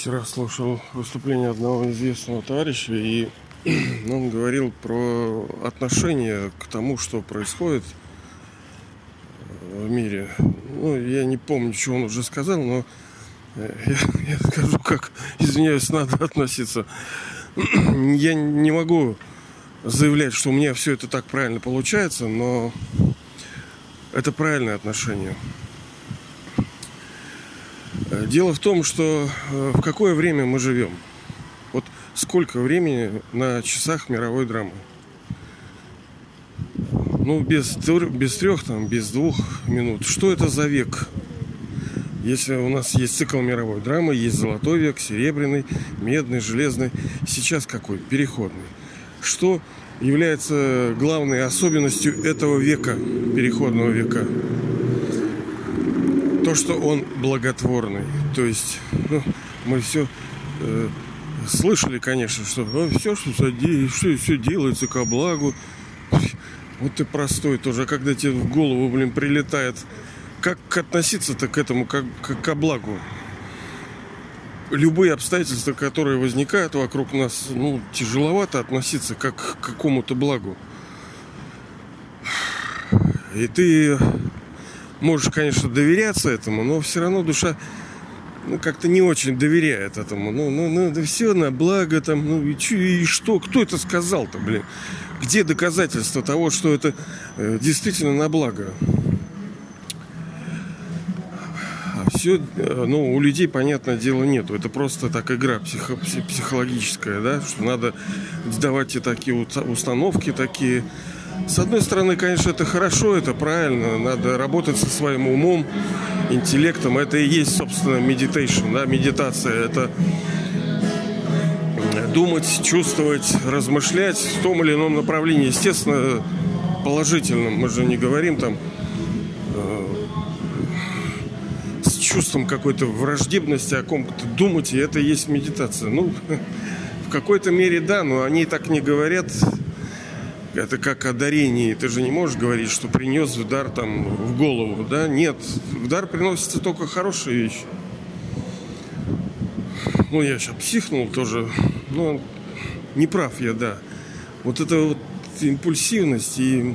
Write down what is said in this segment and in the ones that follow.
Вчера слушал выступление одного известного товарища, и он говорил про отношение к тому, что происходит в мире. Я не помню, что он уже сказал, но я скажу, как, извиняюсь, надо относиться. Я не могу заявлять, что у меня все это так правильно получается, но это правильное отношение. Дело в том, что в какое время мы живем. Вот сколько времени на часах мировой драмы? Без 3, без 2 минут. Что это за век? Если у нас есть цикл мировой драмы, есть золотой век, серебряный, медный, железный. Сейчас какой? Переходный. Что является главной особенностью этого века, переходного века? То, что он благотворный. То есть, мы все слышали, конечно, что все делается ко благу. Вот ты простой тоже. А когда тебе в голову, прилетает, как относиться-то к этому, как ко благу? Любые обстоятельства, которые возникают вокруг нас, тяжеловато относиться как к какому-то благу. И ты можешь, конечно, доверяться этому, но все равно душа как-то не очень доверяет этому. Да все на благо там, и что? Кто это сказал-то, Где доказательства того, что это действительно на благо? А все, у людей, понятное дело, нету. Это просто так игра психологическая, да, что надо давать тебе такие установки, такие. С одной стороны, конечно, это хорошо, это правильно. Надо работать со своим умом, интеллектом. Это и есть, собственно, meditation, да, медитация. Это думать, чувствовать, размышлять в том или ином направлении. Естественно, положительном. Мы же не говорим там с чувством какой-то враждебности о ком-то думать, и это и есть медитация. В какой-то мере да, но они так не говорят. Это как о дарении. Ты же не можешь говорить, что принес в дар в голову, да? Нет, в дар приносятся только хорошие вещи. Я сейчас психнул тоже. Не прав я, да. Вот эта вот импульсивность, и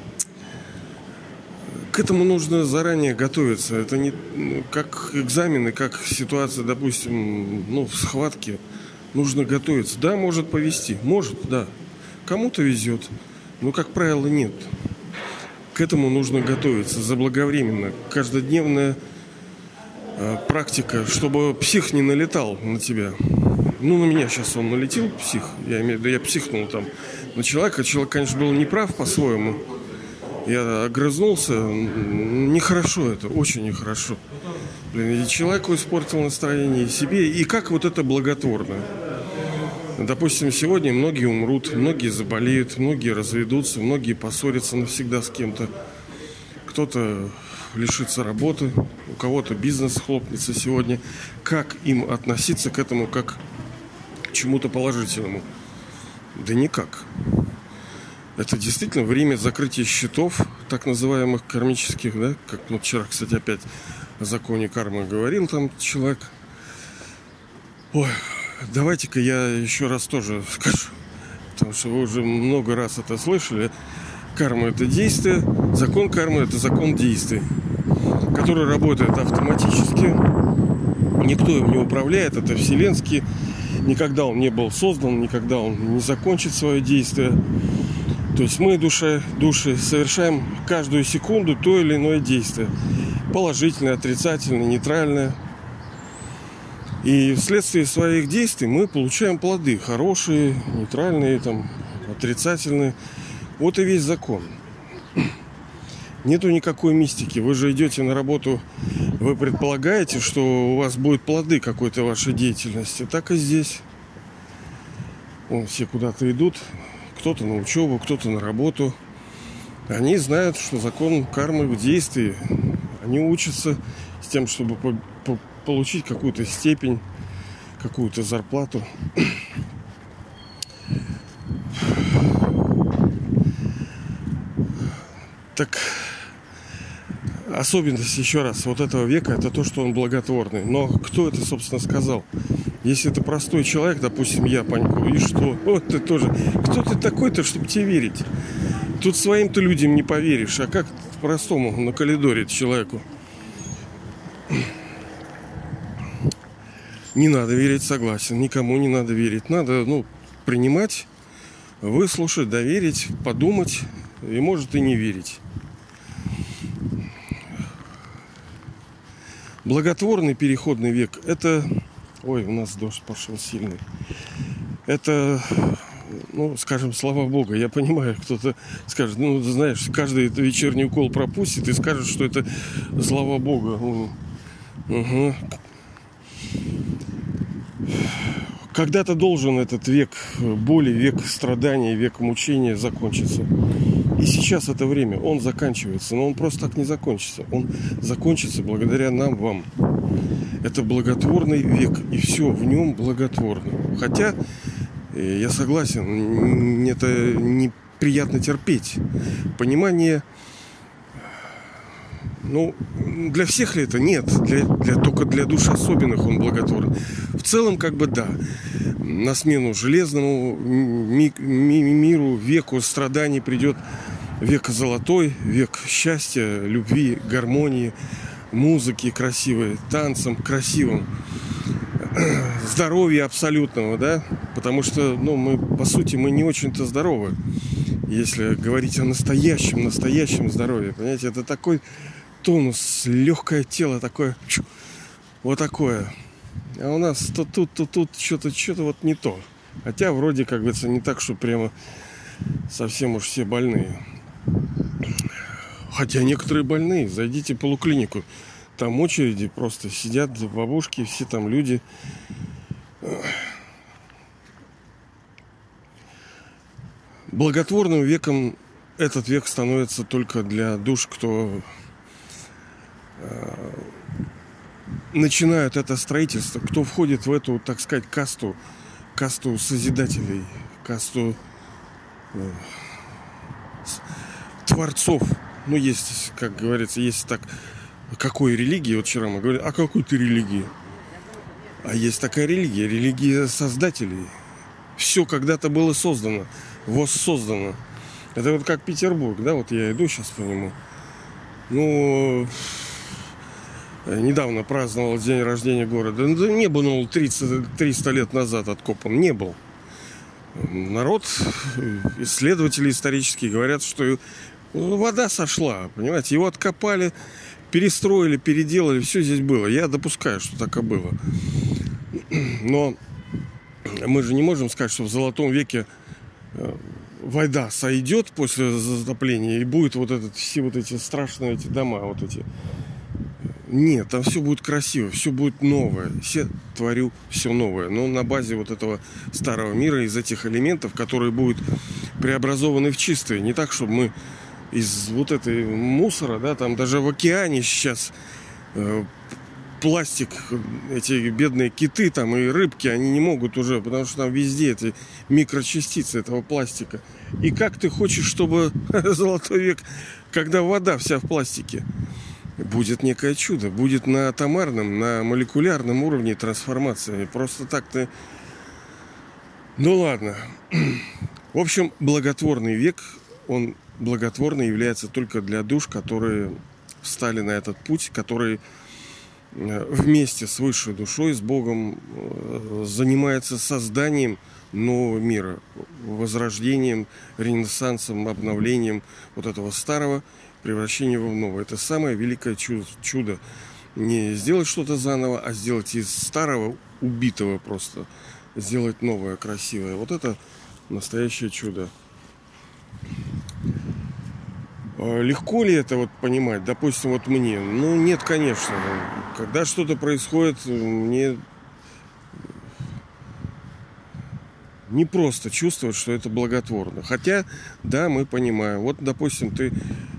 к этому нужно заранее готовиться. Это не как экзамены, как ситуация, допустим, в схватке. Нужно готовиться. Да, может повезти. Может, да. Кому-то везет. Но, как правило, нет. К этому нужно готовиться заблаговременно. Каждодневная практика, чтобы псих не налетал на тебя. На меня сейчас он налетел, псих. Я имею в виду, я психнул на человека. Человек, конечно, был неправ по-своему. Я огрызнулся. Нехорошо это, очень нехорошо. И человеку испортил настроение, и себе. И как вот это благотворно. Допустим, сегодня многие умрут, многие заболеют, многие разведутся, многие поссорятся навсегда с кем-то. Кто-то лишится работы, у кого-то бизнес хлопнется сегодня. Как им относиться к этому как к чему-то положительному? Да никак. Это действительно время закрытия счетов, так называемых кармических, да? Как вчера, кстати, опять о законе кармы говорил там человек. Давайте-ка я еще раз тоже скажу, потому что вы уже много раз это слышали. Карма – это действие, закон кармы – это закон действий, который работает автоматически. Никто им не управляет, это вселенский. Никогда он не был создан, никогда он не закончит свое действие. То есть мы, души, совершаем каждую секунду то или иное действие. Положительное, отрицательное, нейтральное. И вследствие своих действий мы получаем плоды. Хорошие, нейтральные, отрицательные. Вот и весь закон. Нету никакой мистики. Вы же идете на работу, вы предполагаете, что у вас будут плоды какой-то вашей деятельности. Так и здесь. Все куда-то идут. Кто-то на учебу, кто-то на работу. Они знают, что закон кармы в действии. Они учатся с тем, чтобы получить какую-то степень, какую-то зарплату. Так, особенность, еще раз, вот этого века, это то, что он благотворный. Но кто это, собственно, сказал? Если это простой человек, допустим, я, Панько, и что? Вот ты тоже. Кто ты такой-то, чтобы тебе верить? Тут своим-то людям не поверишь. А как простому накалидорить человеку? Не надо верить, согласен. Никому не надо верить. Надо, принимать, выслушать, доверить, подумать. И может и не верить. Благотворный переходный век – это... Ой, у нас дождь пошел сильный. Это, скажем, слава Богу. Я понимаю, кто-то скажет, знаешь, каждый вечерний укол пропустит и скажет, что это слава Богу. Угу. Когда-то должен этот век боли, век страданий, век мучения закончиться. И сейчас это время, он заканчивается. Но он просто так не закончится. Он закончится благодаря нам, вам. Это благотворный век. И все в нем благотворно. Хотя, я согласен, это неприятно терпеть. Понимание... для всех ли это? Нет. Только для душ особенных он благотворен. В целом, да. На смену железному миру, веку страданий придет век золотой, век счастья, любви, гармонии, музыки красивой, танцем красивым, здоровья абсолютного, да? Потому что, мы, по сути, мы не очень-то здоровы. Если говорить о настоящем здоровье. Понимаете, это такой... тонус, легкое тело такое, вот такое. А у нас то тут что-то вот не то. Хотя вроде, как говорится, не так, что прямо совсем уж все больные. Хотя некоторые больные. Зайдите в поликлинику. Там очереди просто сидят бабушки, все там люди. Благотворным веком этот век становится только для душ, кто начинают это строительство, кто входит в эту, так сказать, касту созидателей, касту творцов. Есть, как говорится, есть так, какой религии, вот вчера мы говорили, а какой ты религии? А есть такая религия создателей. Все когда-то было создано, воссоздано. Это вот как Петербург, да, вот я иду сейчас по нему. Недавно праздновал день рождения города. Не был 300 лет назад откопан. Не был. Народ, исследователи исторические говорят, что вода сошла. Понимаете, его откопали, перестроили, переделали. Все здесь было. Я допускаю, что так и было. Но мы же не можем сказать, что в Золотом веке вода сойдет после затопления и будет все эти страшные дома, вот эти. Нет, там все будет красиво, все будет новое. Все творю все новое. Но на базе вот этого старого мира, из этих элементов, которые будут преобразованы в чистые. Не так, чтобы мы из вот этой мусора, да, там даже в океане сейчас пластик, эти бедные киты там и рыбки, они не могут уже, потому что там везде эти микрочастицы этого пластика. И как ты хочешь, чтобы Золотой век, когда вода вся в пластике? Будет некое чудо. Будет на атомарном, на молекулярном уровне трансформация. Просто так ты... ладно. В общем, благотворный век, он благотворный является только для душ, которые встали на этот путь, которые вместе с высшей душой, с Богом занимаются созданием нового мира, возрождением, ренессансом, обновлением вот этого старого, превращение в новое. Это самое великое чудо. Не сделать что-то заново, а сделать из старого, убитого просто, сделать новое, красивое. Вот это настоящее чудо. Легко ли это понимать? Допустим, мне. Нет, конечно. Когда что-то происходит, мне не просто чувствовать, что это благотворно. Хотя, да, мы понимаем. Вот, допустим, ты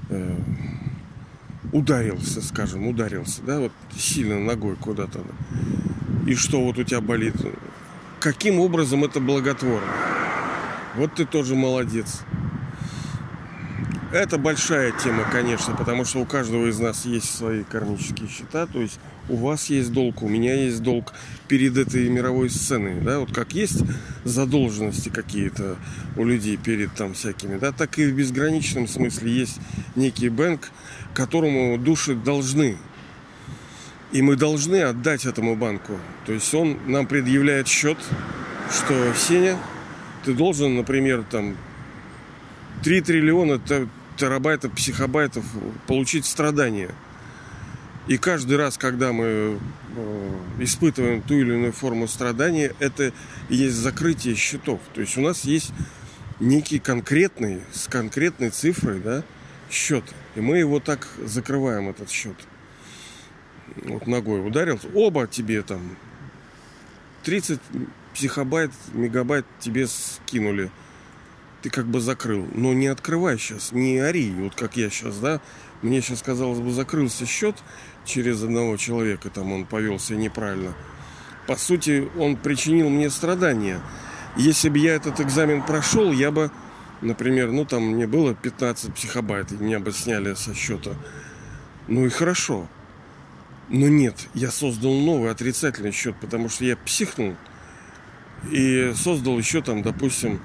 ударился, да, сильно ногой куда-то. И что у тебя болит? Каким образом это благотворно? Вот ты тоже молодец. Это большая тема, конечно, потому что у каждого из нас есть свои кармические счета. То есть у вас есть долг, у меня есть долг перед этой мировой сценой. Да? Вот как есть задолженности какие-то у людей перед там всякими, да, так и в безграничном смысле есть некий банк, которому души должны. И мы должны отдать этому банку. То есть он нам предъявляет счет, что Сеня, ты должен, например, там 3 триллиона терабайтов, психобайтов получить страдания. И каждый раз, когда мы испытываем ту или иную форму страдания, это и есть закрытие счетов. То есть у нас есть некий конкретный, с конкретной цифрой, да, счет. И мы его так закрываем, этот счет. Вот ногой ударил. Оба тебе там 30 психобайт, мегабайт тебе скинули. Ты как бы закрыл. Но не открывай сейчас, не ори. Вот как я сейчас, да. Мне сейчас, казалось бы, закрылся счет через одного человека. Там он повел себя неправильно. По сути, он причинил мне страдания. Если бы я этот экзамен прошел, я бы, например, ну там мне было 15 психобайт, и меня бы сняли со счета. Ну и хорошо. Но нет, я создал новый отрицательный счет, потому что я психнул и создал еще там, допустим,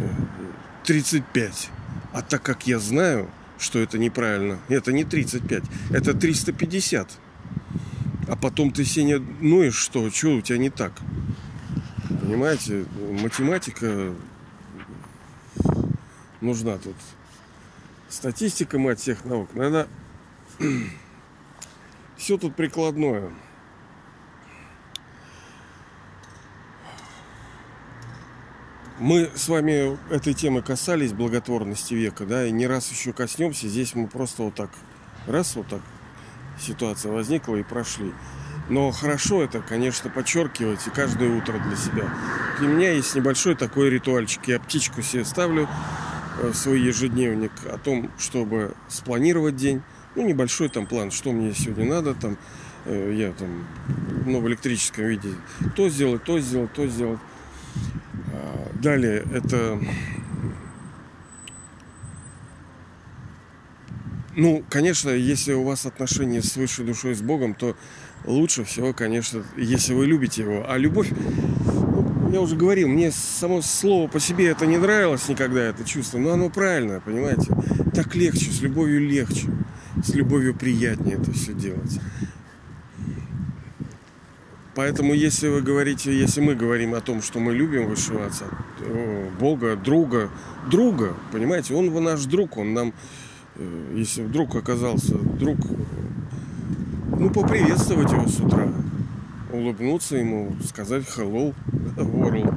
35. А так как я знаю, что это неправильно, это не 35, это 350. А потом ты, Сеня, ноешь, что у тебя не так? Понимаете, математика нужна тут. Статистика, мать всех наук. Надо... Все тут прикладное. Мы с вами этой темы касались, благотворности века, да, и не раз еще коснемся. Здесь мы просто вот так, раз, вот так ситуация возникла и прошли. Но хорошо это, конечно, подчеркивать и каждое утро для себя. Для меня есть небольшой такой ритуальчик. Я птичку себе ставлю в свой ежедневник о том, чтобы спланировать день. Ну, небольшой там план, что мне сегодня надо, там, я там, ну, в электрическом виде то сделать, то сделать, то сделать. Далее, это, ну, конечно, если у вас отношения с высшей душой, с Богом, то лучше всего, конечно, если вы любите его. А любовь, я уже говорил, мне само слово по себе это не нравилось никогда, это чувство, но оно правильное, понимаете? Так легче, с любовью легче. С любовью приятнее это все делать. Поэтому, если вы говорите, если мы говорим о том, что мы любим высшего отца, Бога, друга, понимаете, он наш друг, он нам, если вдруг оказался друг, ну, поприветствовать его с утра, улыбнуться ему, сказать hello world,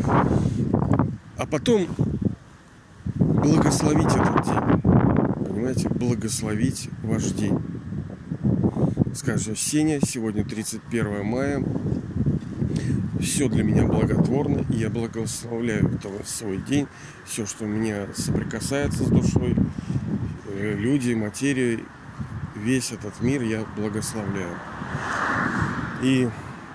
а потом благословить этот день. Понимаете, благословить ваш день. Скажешь: Сеня, сегодня 31 мая. Все для меня благотворно. И я благословляю свой день. Все, что у меня соприкасается с душой. Люди, материя, весь этот мир я благословляю. И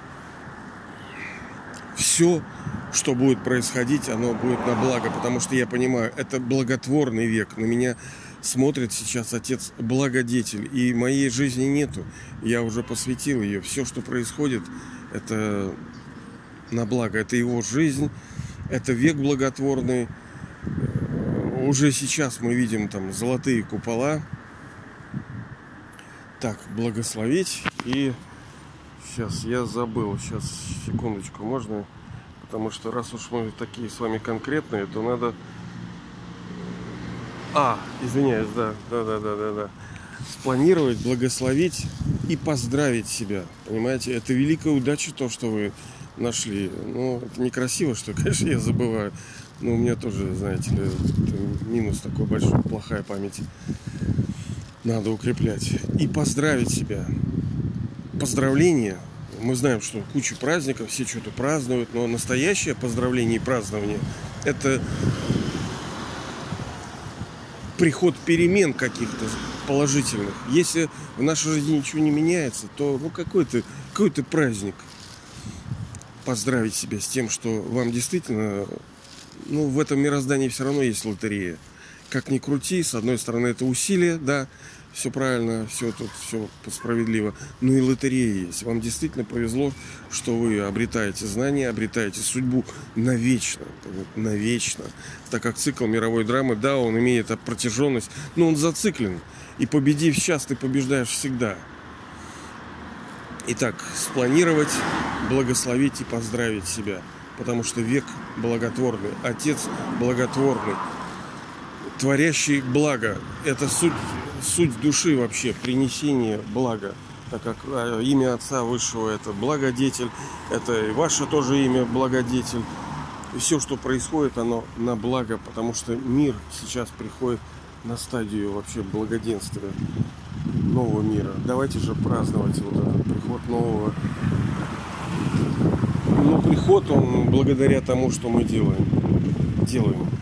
все, что будет происходить, оно будет на благо. Потому что я понимаю, это благотворный век. На меня смотрит сейчас Отец Благодетель, и моей жизни нету. Я уже посвятил ее. Все, что происходит, это на благо. Это его жизнь, это век благотворный. Уже сейчас мы видим там золотые купола. Так, благословить. И сейчас я забыл. Сейчас, секундочку, можно? Потому что раз уж мы такие с вами конкретные, то надо... Извиняюсь, да. Спланировать, благословить и поздравить себя. Понимаете, это великая удача, то, что вы нашли. Ну, это некрасиво, что, конечно, я забываю. Но у меня тоже, знаете ли, минус такой большой, плохая память. Надо укреплять. И поздравить себя. Поздравления. Мы знаем, что куча праздников, все что-то празднуют, но настоящее поздравление и празднование – это приход перемен каких-то положительных. Если в нашей жизни ничего не меняется, то какой-то праздник. Поздравить себя с тем, что вам действительно, в этом мироздании все равно есть лотерея. как ни крути, с одной стороны, это усилие, да, все правильно, все тут, все справедливо. Ну и лотерея есть. Вам действительно повезло, что вы обретаете знания, обретаете судьбу навечно. Навечно. Так как цикл мировой драмы, да, он имеет протяженность, но он зациклен. И победив сейчас, ты побеждаешь всегда. Итак, спланировать, благословить и поздравить себя. Потому что век благотворный, Отец благотворный, творящий благо. Это суть души вообще, принесение блага. Так как имя Отца Высшего — это благодетель, это и ваше тоже имя благодетель. И все, что происходит, оно на благо, потому что мир сейчас приходит на стадию вообще благоденствия нового мира. Давайте же праздновать вот этот приход нового. Но приход он благодаря тому, что мы делаем.